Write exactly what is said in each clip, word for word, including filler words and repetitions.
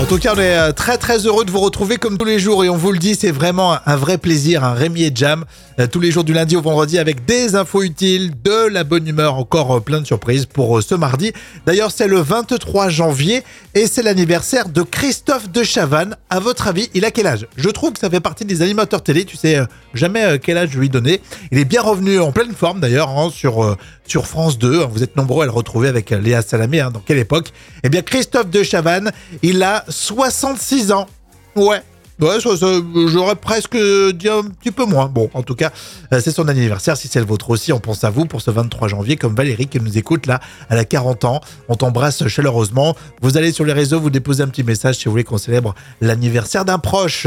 En tout cas, on est très très heureux de vous retrouver comme tous les jours et on vous le dit, c'est vraiment un vrai plaisir, un Rémi et Jam, tous les jours du lundi au vendredi avec des infos utiles, de la bonne humeur, encore plein de surprises pour ce mardi. D'ailleurs, c'est le vingt-trois janvier et c'est l'anniversaire de Christophe de Chavannes. À votre avis, il a quel âge ? Je trouve que ça fait partie des animateurs télé, tu sais jamais quel âge lui donner. Il est bien revenu en pleine forme d'ailleurs hein, sur, sur France deux. Vous êtes nombreux à le retrouver avec Léa Salamé. Hein, dans quelle époque ? Eh bien, Christophe de Chavannes, il a soixante-six ans. Ouais. Ouais, ça, ça, j'aurais presque dit un petit peu moins. Bon, en tout cas, c'est son anniversaire. Si c'est le vôtre aussi, on pense à vous pour ce vingt-trois janvier, comme Valérie qui nous écoute là, elle a quarante ans. On t'embrasse chaleureusement. Vous allez sur les réseaux, vous déposez un petit message si vous voulez qu'on célèbre l'anniversaire d'un proche.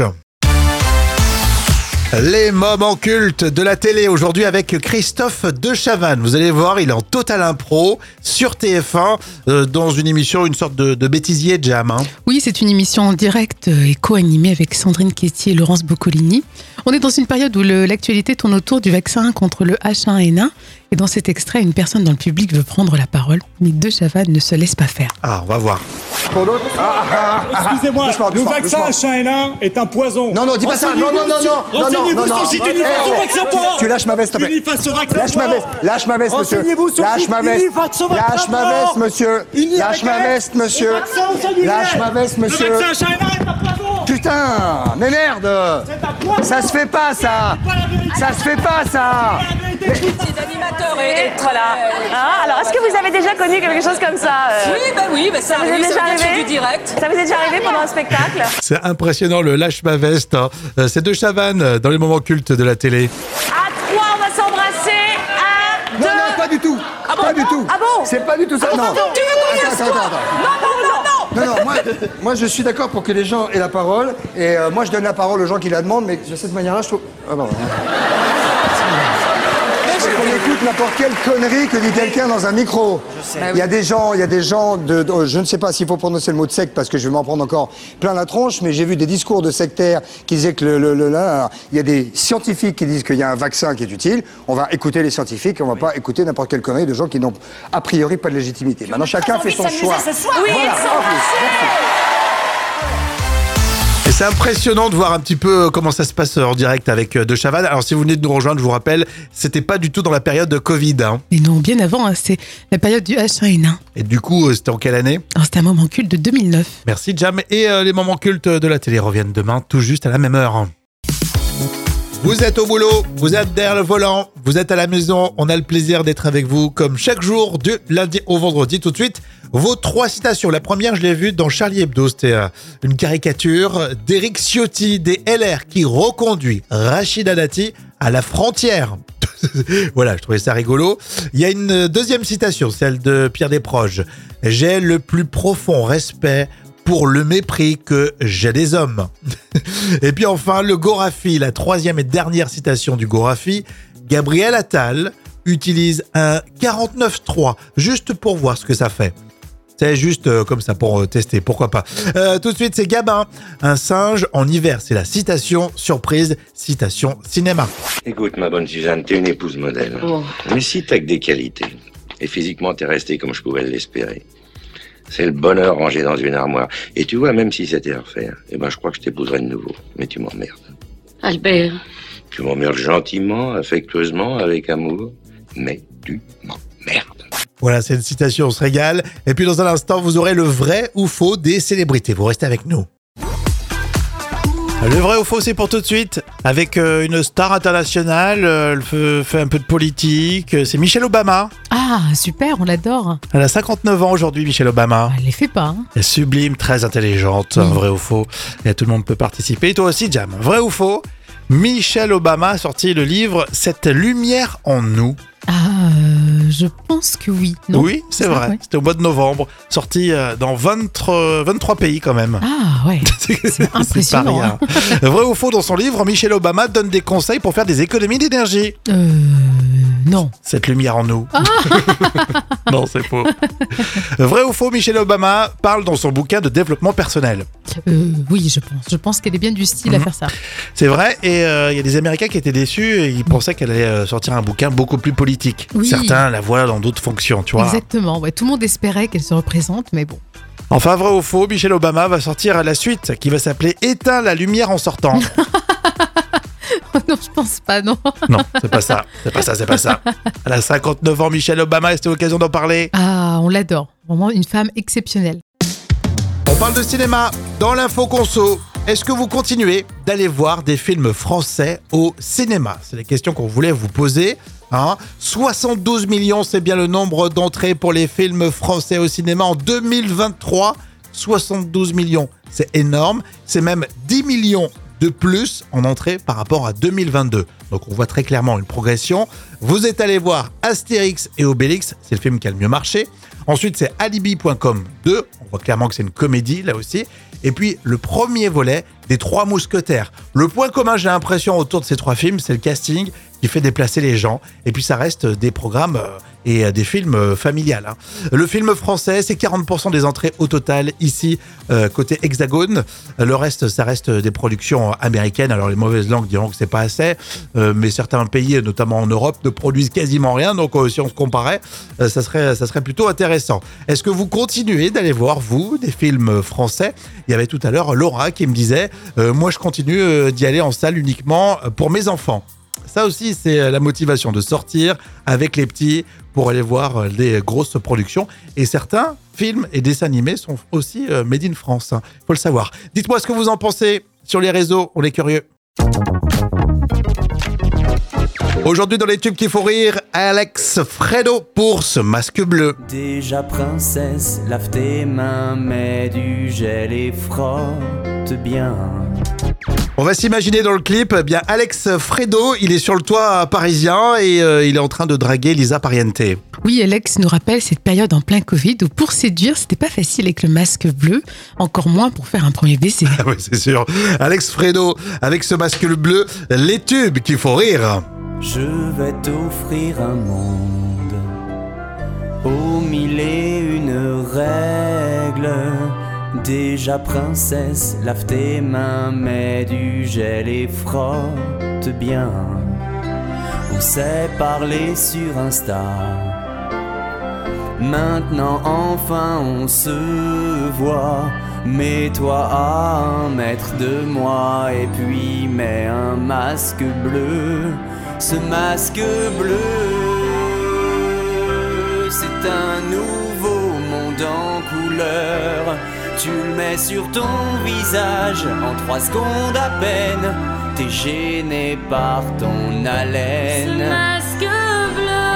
Les moments cultes de la télé aujourd'hui avec Christophe de Chavannes. Vous allez voir, il est en total impro sur T F un euh, dans une émission, une sorte de, de bêtisier Jam. Hein. Oui, c'est une émission en direct et co-animée avec Sandrine Quétier et Laurence Boccolini. On est dans une période où le, l'actualité tourne autour du vaccin contre le H un N un. Et dans cet extrait, une personne dans le public veut prendre la parole, mais de Chavannes ne se laisse pas faire. Ah, on va voir. Pour d'autres ah, ah, ah, Excusez-moi, doucement, le doucement, vaccin doucement. H un N un est un poison. Non, non, dis pas ça. Non, non, non, non, non, Renseignez-vous non, non, sur le site non, Uniface non, au vaccin pas. Tu lâches ma veste, s'il te plaît. Uniface au vaccin Lâche ma veste, lâche ma veste, monsieur. Renseignez-vous sur le Lâche site ma veste. Uniface au vaccin Lâche ma pas. veste, monsieur. Uni Lâche ma avec veste, monsieur. le vaccin au singulier. Lâche ma veste, monsieur. Le vaccin H un N un est un poison. Putain, mais merde. C'est un poison. Ça se fait pas, ça. Pas la vérité. Ça se fait pas, ça. D'animateur et être là. Ah, alors, est-ce que vous avez déjà connu quelque chose comme ça euh, Oui, bah oui, bah ça vous est arrive, déjà ça vient arrivé du direct. Ça vous est déjà arrivé pendant un spectacle? C'est impressionnant le lâche ma veste. Hein. C'est de Chavannes dans les moments cultes de la télé. À trois, on va s'embrasser. Un, deux... Non, non, pas du tout. Pas du tout. Ah bon? C'est pas du tout ça, non. Tu veux qu'on y Attends, attends, attends. Non, non, non, non. Non, non, moi, moi je suis d'accord pour que les gens aient la parole, et euh, moi je donne la parole aux gens qui la demandent, mais de cette manière-là, je trouve... Ah bon, on écoute n'importe quelle connerie que dit quelqu'un dans un micro. Il y a des gens, il y a des gens de, de- je ne sais pas s'il faut prononcer le mot de secte parce que je vais m'en prendre encore plein la tronche, mais j'ai vu des discours de sectaires qui disaient que le, le, le- là, il y a des scientifiques qui disent qu'il y a un vaccin qui est utile. On va écouter les scientifiques et on va pas écouter n'importe quelle connerie de gens qui n'ont a priori pas de légitimité. Maintenant, chacun fait son choix. Oui, Voilà, en plus. Et c'est impressionnant de voir un petit peu comment ça se passe en direct avec De Chavannes. Alors si vous venez de nous rejoindre, je vous rappelle, c'était pas du tout dans la période de Covid. Hein. Et non, bien avant, hein, c'est la période du H un N un. Et du coup, c'était en quelle année ? Alors, c'était un moment culte de deux mille neuf. Merci Jam. Et euh, les moments cultes de la télé reviennent demain, tout juste à la même heure. Vous êtes au boulot, vous êtes derrière le volant, vous êtes à la maison, on a le plaisir d'être avec vous comme chaque jour du lundi au vendredi. Tout de suite, vos trois citations. La première, je l'ai vue dans Charlie Hebdo, c'était euh, une caricature d'Éric Ciotti des L R qui reconduit Rachida Dati à la frontière. Voilà, je trouvais ça rigolo. Il y a une deuxième citation, celle de Pierre Desproges. J'ai le plus profond respect pour le mépris que j'ai des hommes. Et puis enfin, le Gorafi, la troisième et dernière citation du Gorafi. Gabriel Attal utilise un quarante-neuf trois juste pour voir ce que ça fait. C'est juste euh, comme ça pour euh, tester, pourquoi pas. Euh, tout de suite, c'est Gabin, un singe en hiver. C'est la citation surprise, citation cinéma. Écoute, ma bonne Suzanne, t'es une épouse modèle. Oh. Mais si t'as que des qualités, et physiquement t'es restée comme je pouvais l'espérer, c'est le bonheur rangé dans une armoire. Et tu vois, même si c'était à refaire, eh ben je crois que je t'épouserais de nouveau. Mais tu m'emmerdes. Albert, Tu m'emmerdes gentiment, affectueusement, avec amour, mais tu m'emmerdes. Voilà, c'est une citation, on se régale. Et puis dans un instant, vous aurez le vrai ou faux des célébrités. Vous restez avec nous. Le vrai ou faux, c'est pour tout de suite. Avec euh, une star internationale, euh, elle fait, fait un peu de politique. euh, C'est Michelle Obama. Ah, super, on l'adore. Elle a cinquante-neuf ans aujourd'hui, Michelle Obama. Elle les fait pas. Hein. Elle est sublime, très intelligente. Oui. Vrai ou faux. Et tout le monde peut participer. Et toi aussi, Jam. Vrai ou faux, Michelle Obama a sorti le livre « Cette lumière en nous ». Ah, euh, je pense que oui. Non Oui, c'est Ça, vrai. ouais. C'était au mois de novembre. Sorti euh, dans vingt, euh, vingt-trois pays quand même. Ah, ouais. C'est impressionnant, pas rien. Vrai ou faux, dans son livre, Michelle Obama donne des conseils pour faire des économies d'énergie. Euh, non. Cette lumière en nous. Non, c'est faux. Vrai ou faux, Michelle Obama parle dans son bouquin de développement personnel. Euh, oui, je pense. Je pense qu'elle est bien du style à Mhm. faire ça. C'est vrai, et il euh, y a des Américains qui étaient déçus et ils pensaient qu'elle allait euh, sortir un bouquin beaucoup plus politique. Oui. Certains la voient dans d'autres fonctions, tu vois. Exactement. Ouais, tout le monde espérait qu'elle se représente, mais bon. Enfin, vrai ou faux, Michelle Obama va sortir la suite qui va s'appeler « Éteins la lumière en sortant ». Non, je pense pas, non. Non, c'est pas ça, c'est pas ça, c'est pas ça. Elle a cinquante-neuf ans, Michelle Obama, et c'était l'occasion d'en parler. Ah, on l'adore. Vraiment une femme exceptionnelle. On parle de cinéma dans l'info conso. Est-ce que vous continuez d'aller voir des films français au cinéma ? C'est la question qu'on voulait vous poser. Hein. soixante-douze millions, c'est bien le nombre d'entrées pour les films français au cinéma en deux mille vingt-trois. soixante-douze millions, c'est énorme. C'est même dix millions de plus en entrée par rapport à deux mille vingt-deux. Donc on voit très clairement une progression. Vous êtes allé voir Astérix et Obélix, c'est le film qui a le mieux marché. Ensuite, c'est Alibi point com deux. On voit clairement que c'est une comédie, là aussi. Et puis, le premier volet des Trois Mousquetaires. Le point commun, j'ai l'impression, autour de ces trois films, c'est le casting qui fait déplacer les gens. Et puis, ça reste des programmes et des films familiales. Hein. Le film français, c'est quarante pour cent des entrées au total, ici, euh, côté Hexagone. Le reste, ça reste des productions américaines. Alors, les mauvaises langues diront que c'est pas assez. Euh, mais certains pays, notamment en Europe, ne produisent quasiment rien. Donc, euh, si on se comparait, euh, ça serait, ça serait plutôt intéressant. Est-ce que vous continuez d'aller voir, vous, des films français ? Il y avait tout à l'heure Laura qui me disait euh, « Moi, je continue euh, d'y aller en salle uniquement pour mes enfants ». Ça aussi, c'est la motivation de sortir avec les petits pour aller voir les grosses productions. Et certains films et dessins animés sont aussi euh, made in France. Il faut le savoir. Dites-moi ce que vous en pensez sur les réseaux. On est curieux. Aujourd'hui, dans les tubes qu'il faut rire, Alex Fredo pour ce masque bleu. Déjà princesse, lave tes mains, mets du gel et frotte bien. On va s'imaginer dans le clip, eh bien Alex Fredo, il est sur le toit parisien et euh, il est en train de draguer Lisa Pariente. Oui, Alex nous rappelle cette période en plein Covid où pour séduire, c'était pas facile avec le masque bleu, encore moins pour faire un premier baiser. Ah oui, c'est sûr. Alex Fredo, avec ce masque bleu, les tubes qu'il faut rire. Je vais t'offrir un monde aux mille et une règles. Déjà princesse, lave tes mains, mets du gel et frotte bien. On s'est parlé sur Insta. Maintenant enfin on se voit. Mets-toi à un mètre de moi et puis mets un masque bleu. Ce masque bleu, c'est un nouveau monde en couleur. Tu le mets sur ton visage en trois secondes à peine. T'es gêné par ton haleine. Ce masque bleu,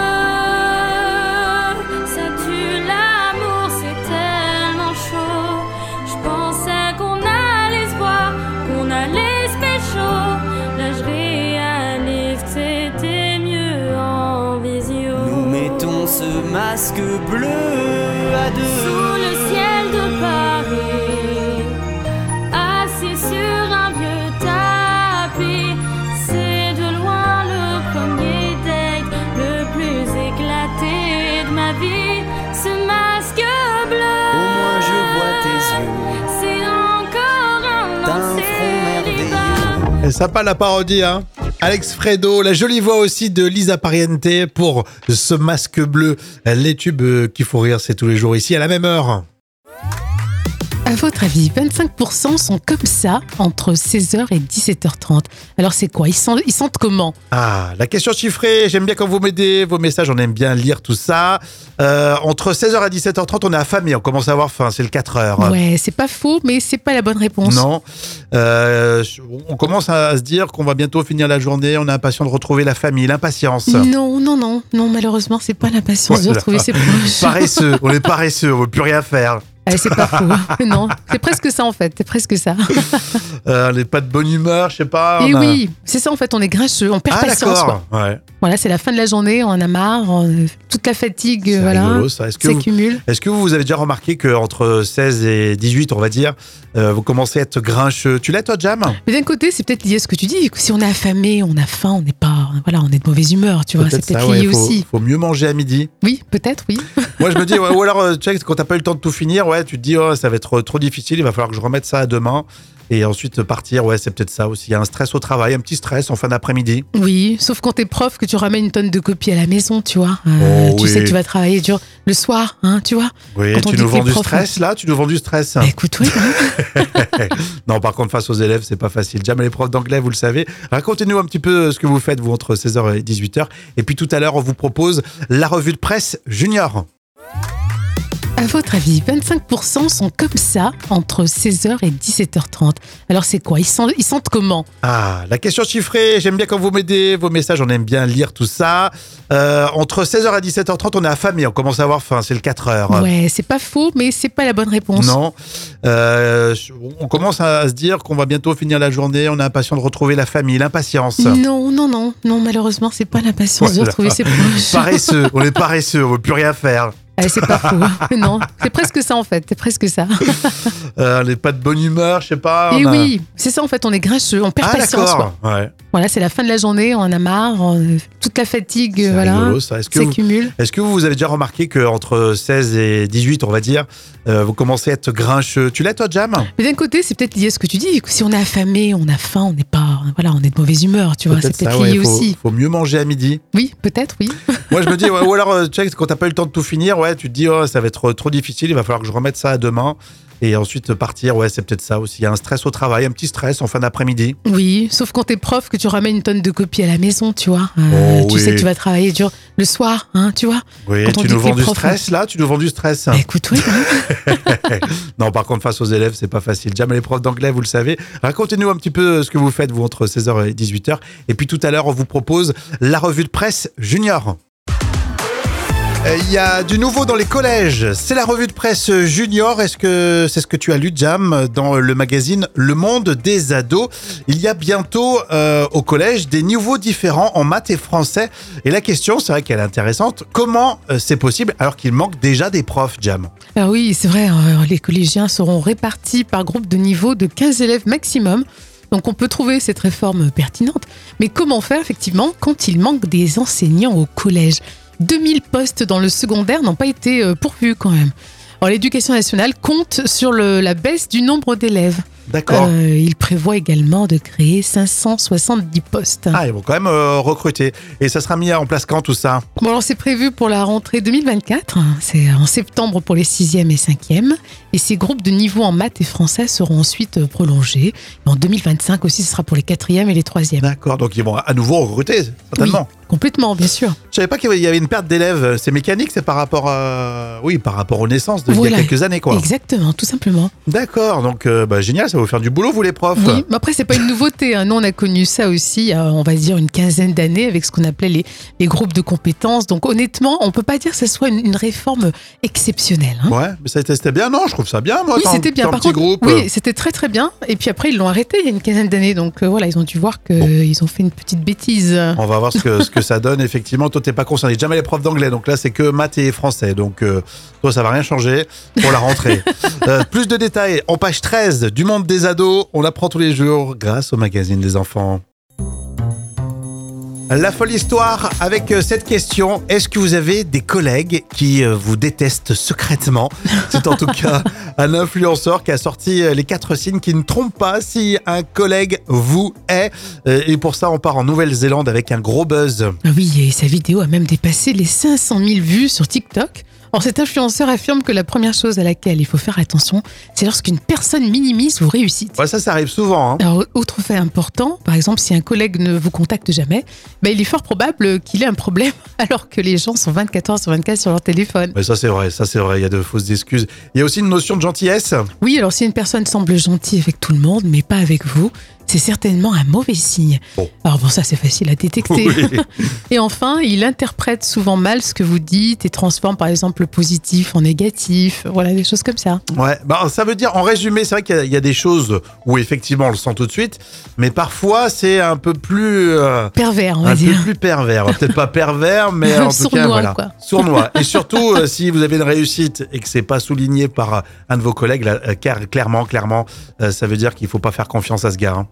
ça tue l'amour, c'est tellement chaud. Je pensais qu'on allait se voir, qu'on allait se pécho. Là je réalise que c'était mieux en visio. Nous mettons ce masque bleu à deux. Sous le ciel de Paris, assis sur un vieux tapis. C'est de loin le premier date, le plus éclaté de ma vie. Ce masque bleu, au moins je vois tes yeux. c'est encore un T'as an un de front célibat. merveilleux. Et sympa la parodie, hein. Alex Fredo, la jolie voix aussi de Lisa Pariente pour ce masque bleu. Les tubes qu'il faut rire, c'est tous les jours ici à la même heure. À votre avis, vingt-cinq pour cent sont comme ça entre seize heures et dix-sept heures trente. Alors c'est quoi ? Ils sentent, ils sentent comment ? Ah, la question chiffrée, j'aime bien quand vous m'aidez, vos messages, on aime bien lire tout ça. Euh, entre seize heures et dix-sept heures trente, on est affamé, on commence à avoir faim, c'est le quatre heures. Ouais, c'est pas faux, mais c'est pas la bonne réponse. Non, euh, on commence à se dire qu'on va bientôt finir la journée, on est impatient de retrouver la famille, l'impatience. Non, non, non, non, malheureusement, c'est pas l'impatience de Voilà. retrouver ses proches. Paresseux, on est paresseux, on veut plus rien faire. Ah, c'est pas faux. Non, c'est presque ça en fait, c'est presque ça. Euh, on n'est pas de bonne humeur, je sais pas. Et on a- oui, c'est ça en fait, on est grincheux, on perd Ah patience. d'accord, Quoi. ouais. Voilà, c'est la fin de la journée, on en a marre, on- toute la fatigue, C'est voilà, rigolo, ça. Est-ce que vous- s'accumule. Est-ce que vous avez déjà remarqué qu'entre seize et dix-huit, on va dire, euh, vous commencez à être grincheux? Tu l'as toi, Jam? Mais d'un côté, c'est peut-être lié à ce que tu dis. Si on est affamé, on a faim, on n'est pas, voilà, on est de mauvaise humeur, tu vois. C'est peut-être ça, lié ouais, faut, aussi. faut mieux manger à midi. Oui, peut-être, oui. Moi, je me dis, ouais, ou alors, euh, tu sais, quand t'as pas eu le temps de tout finir, ouais, tu te dis, oh, ça va être trop difficile, il va falloir que je remette ça à demain. Et ensuite partir, ouais, c'est peut-être ça aussi. Il y a un stress au travail, un petit stress en fin d'après-midi. Oui, sauf quand t'es prof, que tu ramènes une tonne de copies à la maison, tu vois. Euh, Oh, tu oui. sais que tu vas travailler dur le soir, hein, tu vois. Oui, Quand on tu dit nous que les vends du profs- stress là, tu nous vends du stress. Bah, écoute, oui. hein. Non, par contre, face aux élèves, c'est pas facile. Jamais les profs d'anglais, vous le savez. Racontez-nous un petit peu ce que vous faites, vous, entre seize heures et dix-huit heures. Et puis tout à l'heure, on vous propose la revue de presse Junior. À votre avis, vingt-cinq pour cent sont comme ça entre seize heures et dix-sept heures trente. Alors c'est quoi? Ils sentent, ils sentent comment? Ah, la question chiffrée, j'aime bien quand vous m'aidez, vos messages, on aime bien lire tout ça. Euh, entre seize heures et dix-sept heures trente, on est affamé, on commence à avoir faim, c'est le quatre heures. Ouais, c'est pas faux, mais c'est pas la bonne réponse. Non, euh, on commence à se dire qu'on va bientôt finir la journée, on est impatient de retrouver la famille, l'impatience. Non, non, non, non, malheureusement, c'est pas l'impatience de Voilà. retrouver ses proches. Paresseux, on est paresseux, on veut plus rien faire. Ah, c'est pas faux. Non, c'est presque ça en fait, c'est presque ça. Euh, on n'est pas de bonne humeur, je sais pas. Et on a- oui, c'est ça en fait, on est grincheux, on perd Ah patience. d'accord, Quoi. ouais. Voilà, c'est la fin de la journée, on en a marre, on- toute la fatigue, C'est voilà, rigolo, ça. Est-ce que vous- s'accumule. Est-ce que vous avez déjà remarqué qu'entre seize et dix-huit, on va dire, euh, vous commencez à être grincheux? Tu l'es toi, Jam? Mais d'un côté, c'est peut-être lié à ce que tu dis. Si on est affamé, on a faim, on n'est pas, voilà, on est de mauvaise humeur, tu vois. C'est peut-être ça, lié ouais, faut, aussi. faut mieux manger à midi. Oui, peut-être, oui. Moi, je me dis, ouais, ou alors, euh, tu sais, quand t'as pas eu le temps de tout finir, ouais, tu te dis, oh, ça va être trop difficile, il va falloir que je remette ça à demain. Et ensuite partir, ouais, c'est peut-être ça aussi. Il y a un stress au travail, un petit stress en fin d'après-midi. Oui, sauf quand t'es prof, que tu ramènes une tonne de copies à la maison, tu vois. Euh, Oh, tu oui. sais que tu vas travailler dur le soir, hein, tu vois. Oui, Quand on tu dit nous que les vends du profs- stress là, tu nous vends du stress. Bah, écoute, oui. hein. Non, par contre, face aux élèves, c'est pas facile. Jamais les profs d'anglais, vous le savez. Racontez-nous un petit peu ce que vous faites, vous, entre seize heures et dix-huit heures. Et puis tout à l'heure, on vous propose la revue de presse Junior. Euh, Il y a du nouveau dans les collèges. C'est la revue de presse Junior. Est-ce que c'est ce que tu as lu, Jam, dans le magazine Le Monde des ados? Il y a bientôt euh, au collège des niveaux différents en maths et français. Et la question, c'est vrai qu'elle est intéressante. Comment euh, c'est possible alors qu'il manque déjà des profs, Jam? Alors oui, c'est vrai, euh, les collégiens seront répartis par groupe de niveau de quinze élèves maximum. Donc on peut trouver cette réforme pertinente. Mais comment faire effectivement quand il manque des enseignants au collège? deux mille postes dans le secondaire n'ont pas été euh, pourvus quand même. Alors l'éducation nationale compte sur le- la baisse du nombre d'élèves. D'accord. Euh, il prévoit également de créer cinq cent soixante-dix postes. Ah, ils vont quand même euh, recruter. Et ça sera mis en place quand tout ça? Bon, alors c'est prévu pour la rentrée deux mille vingt-quatre. C'est en septembre pour les sixième et cinquième. Et ces groupes de niveau en maths et français seront ensuite euh, prolongés. Et en deux mille vingt-cinq aussi, ce sera pour les quatrièmes et les troisièmes. D'accord, donc ils vont à nouveau recruter, certainement. Oui, complètement, bien sûr. Je savais pas qu'il y avait une perte d'élèves. C'est mécanique, c'est par rapport à... Oui, par rapport aux naissances de il y Voilà. a quelques années, quoi. Exactement, tout simplement. D'accord, donc euh, bah, génial, ça va vous faire du boulot, vous les profs. Oui, mais après, c'est pas une nouveauté. Hein. Nous, on a connu ça aussi, il y a, on va dire, une quinzaine d'années avec ce qu'on appelait les, les groupes de compétences. Donc, honnêtement, on peut pas dire que ce soit une, une réforme exceptionnelle. Hein. Ouais, mais ça c'était bien, non? Je trouve ça bien, moi. Oui, tant- c'était bien. tant Par petit contre, groupe. oui, c'était très très bien. Et puis après, ils l'ont arrêté il y a une quinzaine d'années. Donc euh, voilà, ils ont dû voir qu'ils ont fait une petite bêtise. On va voir ce que, ce que ça donne, effectivement. Toi, t'es pas concerné. Jamais les profs d'anglais, donc là, c'est que maths et français. Donc, euh, toi, ça va rien changer pour la rentrée. Euh, plus de détails en page treize du Monde des ados. On l'apprend tous les jours grâce au magazine des enfants. La folle histoire avec euh, cette question. Est-ce que vous avez des collègues qui euh, vous détestent secrètement? C'est en tout cas un influenceur qui a sorti euh, les quatre signes qui ne trompent pas si un collègue vous hait. Euh, Et pour ça, on part en Nouvelle-Zélande avec un gros buzz. Ah oui, et sa vidéo a même dépassé les cinq cent mille vues sur TikTok. Alors cet influenceur affirme que la première chose à laquelle il faut faire attention, c'est lorsqu'une personne minimise vos réussites. Ouais, ça, ça arrive souvent. Hein. Alors, autre fait important, par exemple, si un collègue ne vous contacte jamais, ben, il est fort probable qu'il ait un problème alors que les gens sont vingt-quatre heures sur vingt-quatre sur leur téléphone. Mais ça, c'est vrai. Ça, c'est vrai. Il y a de fausses excuses. Il y a aussi une notion de gentillesse. Oui, alors si une personne semble gentille avec tout le monde, mais pas avec vous, c'est certainement un mauvais signe. Bon. Alors bon, ça c'est facile à détecter. Oui. Et enfin, il interprète souvent mal ce que vous dites et transforme par exemple le positif en négatif. Voilà, des choses comme ça. Ouais, bah, ça veut dire, en résumé, c'est vrai qu'il y a, il y a des choses où effectivement on le sent tout de suite, mais parfois c'est un peu plus... euh, Pervers, on va un dire. peu plus pervers. Peut-être pas pervers, mais en tout Sournois, cas, voilà. quoi. Sournois. Et surtout, euh, si vous avez une réussite et que c'est pas souligné par euh, un de vos collègues, là, euh, car, clairement, clairement, euh, ça veut dire qu'il faut pas faire confiance à ce gars. Hein. Et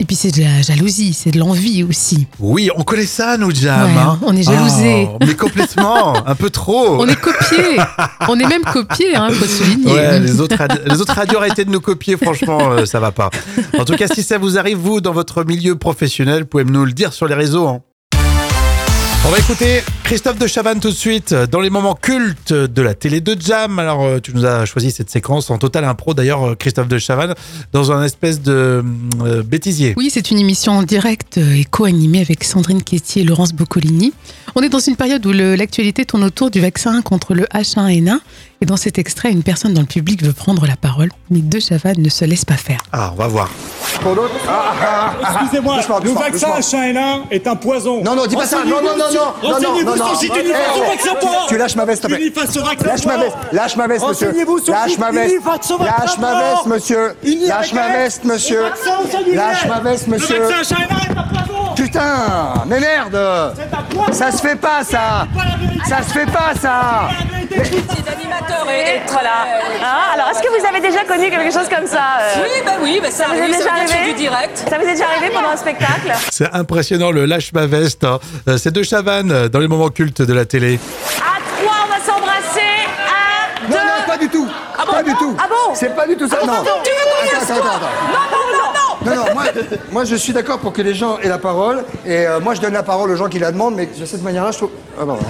puis c'est de la jalousie, c'est de l'envie aussi. Oui, on connaît ça, nous, Jam. Ouais, hein. on est jalousés. Oh, mais complètement, un peu trop. On est copiés. On est même copiés, hein, faut souligner. Ouais, les autres, radi- les autres radios arrêtez de nous copier, franchement, euh, ça va pas. En tout cas, si ça vous arrive, vous, dans votre milieu professionnel, vous pouvez nous le dire sur les réseaux. Hein. On va écouter Christophe de Chavannes tout de suite dans les moments cultes de la télé de Jam. Alors, euh, tu nous as choisi cette séquence en total impro, d'ailleurs, euh, Christophe de Chavannes, dans un espèce de euh, bêtisier. Oui, c'est une émission en direct et co-animée avec Sandrine Quétier et Laurence Boccolini. On est dans une période où le- l'actualité tourne autour du vaccin contre le H un N un. Et dans cet extrait, une personne dans le public veut prendre la parole, mais De Chavannes ne se laisse pas faire. Ah, on va voir. Pour d'autres ah, ah, ah, Excusez-moi, doucement, le doucement, vaccin doucement. H un N un est un poison. Non, non, dis pas ça. Non, non, non, non. Non, non, Renseignez-vous non, non. sur si tu n'y Eh, fasses oh, au vaccin pas. Tu lâches ma veste, s'il te plaît. Uniface au vaccin Lâche ma pas. veste, lâche ma veste, monsieur. Renseignez-vous sur Lâche si ma veste. Uniface au vaccin Lâche ma pas. veste, monsieur. Uni- Lâche ma veste, monsieur. Le vaccin au sanguinaire. Lâche ma veste, monsieur. Le vaccin H un N un est un poison. Putain, mais merde. C'est un poison. Ça se fait pas, ça. Pas la vérité. Ça se fait pas, ça. La vérité. Petit d'animateur et être là. Ah, alors, est-ce que vous avez déjà connu quelque chose comme ça euh, Oui, bah oui, bah ça, vous est arrive, déjà ça vient de arrivé du direct. Ça vous est déjà arrivé pendant un spectacle? C'est impressionnant, le lâche ma veste. Hein. Euh, C'est De Chavannes euh, dans les moments cultes de la télé. À trois, on va s'embrasser. Un, Non, deux. non, pas du tout. Pas du tout. Ah bon? C'est pas du tout ça, non. Tu veux qu'on Attends, fasse attends, quoi? attends. Non, non, non, non. Non, non, moi, moi je suis d'accord pour que les gens aient la parole. Et euh, moi je donne la parole aux gens qui la demandent, mais de cette manière-là, je trouve. Ah bon.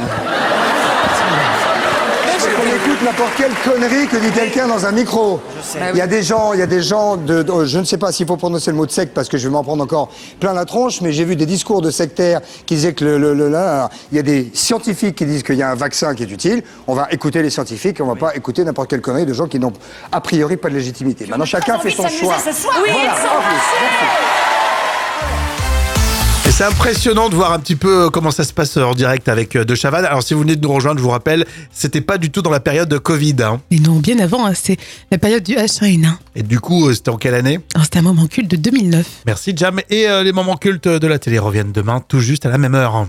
Parce qu'on écoute n'importe quelle connerie que dit quelqu'un dans un micro. Il y a des gens, il y a des gens de, de- je ne sais pas s'il faut prononcer le mot de secte parce que je vais m'en prendre encore plein la tronche, mais j'ai vu des discours de sectaires qui disaient que le, le, le- là, il y a des scientifiques qui disent qu'il y a un vaccin qui est utile. On va écouter les scientifiques et on va pas écouter n'importe quelle connerie de gens qui n'ont a priori pas de légitimité. Maintenant chacun fait son choix. Oui, Voilà, en plus, merci. Et c'est impressionnant de voir un petit peu comment ça se passe en direct avec euh, De Chavannes. Alors si vous venez de nous rejoindre, je vous rappelle, c'était pas du tout dans la période de Covid. Hein. Et non, bien avant, hein, c'est la période du H un N un. Et du coup, euh, c'était en quelle année? Alors, c'était un moment culte de deux mille neuf. Merci Jam. Et euh, les moments cultes de la télé reviennent demain, tout juste à la même heure.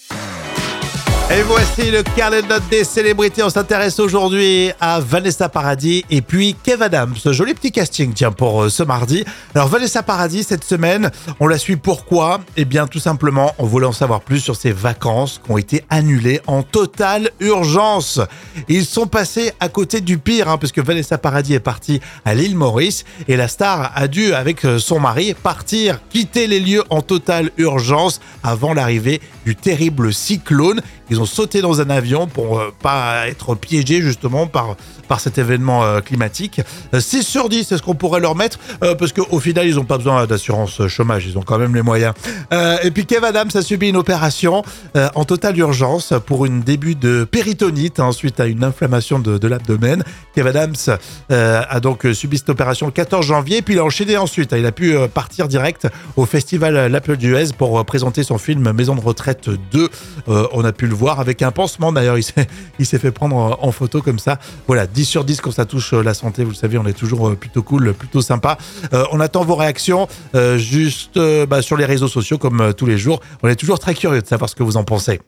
Et voici le carnet de notes des célébrités. On s'intéresse aujourd'hui à Vanessa Paradis et puis Kev Adams. Joli petit casting, tiens, pour euh, ce mardi. Alors Vanessa Paradis, cette semaine, on la suit pourquoi? Eh bien, tout simplement, on voulait en savoir plus sur ses vacances qui ont été annulées en totale urgence. Ils sont passés à côté du pire, hein, parce que Vanessa Paradis est partie à l'île Maurice et la star a dû, avec euh, son mari, partir, quitter les lieux en totale urgence avant l'arrivée du terrible cyclone. Ils ont sauté dans un avion pour euh, pas être piégés justement par, par cet événement euh, climatique. Euh, six sur dix, c'est ce qu'on pourrait leur mettre euh, parce qu'au final, ils n'ont pas besoin d'assurance chômage. Ils ont quand même les moyens. Euh, et puis Kev Adams a subi une opération euh, en totale urgence pour une début de péritonite hein, suite à une inflammation de, de l'abdomen. Kev Adams euh, a donc subi cette opération le quatorze janvier puis il a enchaîné ensuite. Il a pu euh, partir direct au festival La Pleuduez pour euh, présenter son film Maison de retraite deux. Euh, on a pu le voir avec un pansement d'ailleurs, il s'est, il s'est fait prendre en photo comme ça. Voilà, dix sur dix quand ça touche la santé, vous le savez, on est toujours plutôt cool, plutôt sympa. Euh, on attend vos réactions euh, juste euh, bah, sur les réseaux sociaux comme euh, tous les jours. On est toujours très curieux de savoir ce que vous en pensez.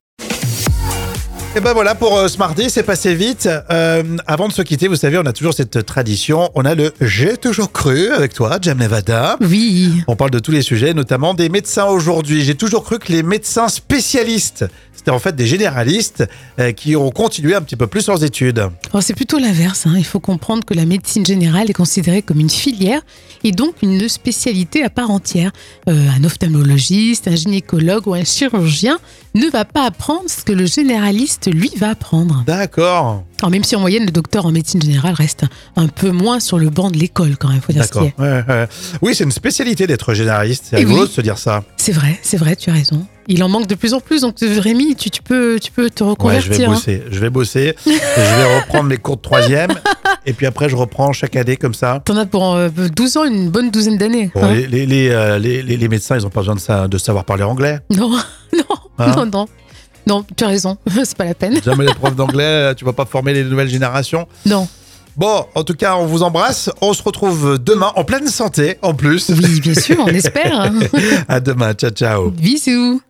Et ben voilà pour euh, ce mardi, c'est passé vite. Euh, avant de se quitter, vous savez, on a toujours cette tradition. On a le J'ai toujours cru avec toi, Jam Nevada. Oui. On parle de tous les sujets, notamment des médecins aujourd'hui. J'ai toujours cru que les médecins spécialistes, c'était en fait des généralistes euh, qui ont continué un petit peu plus leurs études. Alors, c'est plutôt l'inverse. Hein. Il faut comprendre que la médecine générale est considérée comme une filière et donc une spécialité à part entière. Euh, un ophtalmologiste, un gynécologue ou un chirurgien ne va pas apprendre ce que le généraliste, lui, va apprendre. D'accord. Alors, même si en moyenne, le docteur en médecine générale reste un peu moins sur le banc de l'école quand même, faut dire ce D'accord. qu'il y a. Ouais, ouais. Oui, c'est une spécialité d'être généraliste. C'est Et rigolo oui. de se dire ça. C'est vrai, c'est vrai, tu as raison. Il en manque de plus en plus, donc Rémi, tu, tu, peux, tu peux te Ouais, reconvertir. je vais hein. bosser. Je vais bosser. Je vais reprendre mes cours de troisième. Et puis après, je reprends chaque année comme ça. T'en as pour euh, douze ans, une bonne douzaine d'années. Bon, hein. les, les, les, euh, les, les- les médecins, ils n'ont pas besoin de, ça, de savoir parler anglais. Non, non, Hein non, non. Non, tu as raison, c'est pas la peine. Jamais les profs d'anglais, tu vas pas former les nouvelles générations. Non. Bon, en tout cas, on vous embrasse. On se retrouve demain en pleine santé, en plus. Oui, bien sûr, on espère. hein. À demain. Ciao, ciao. Bisous.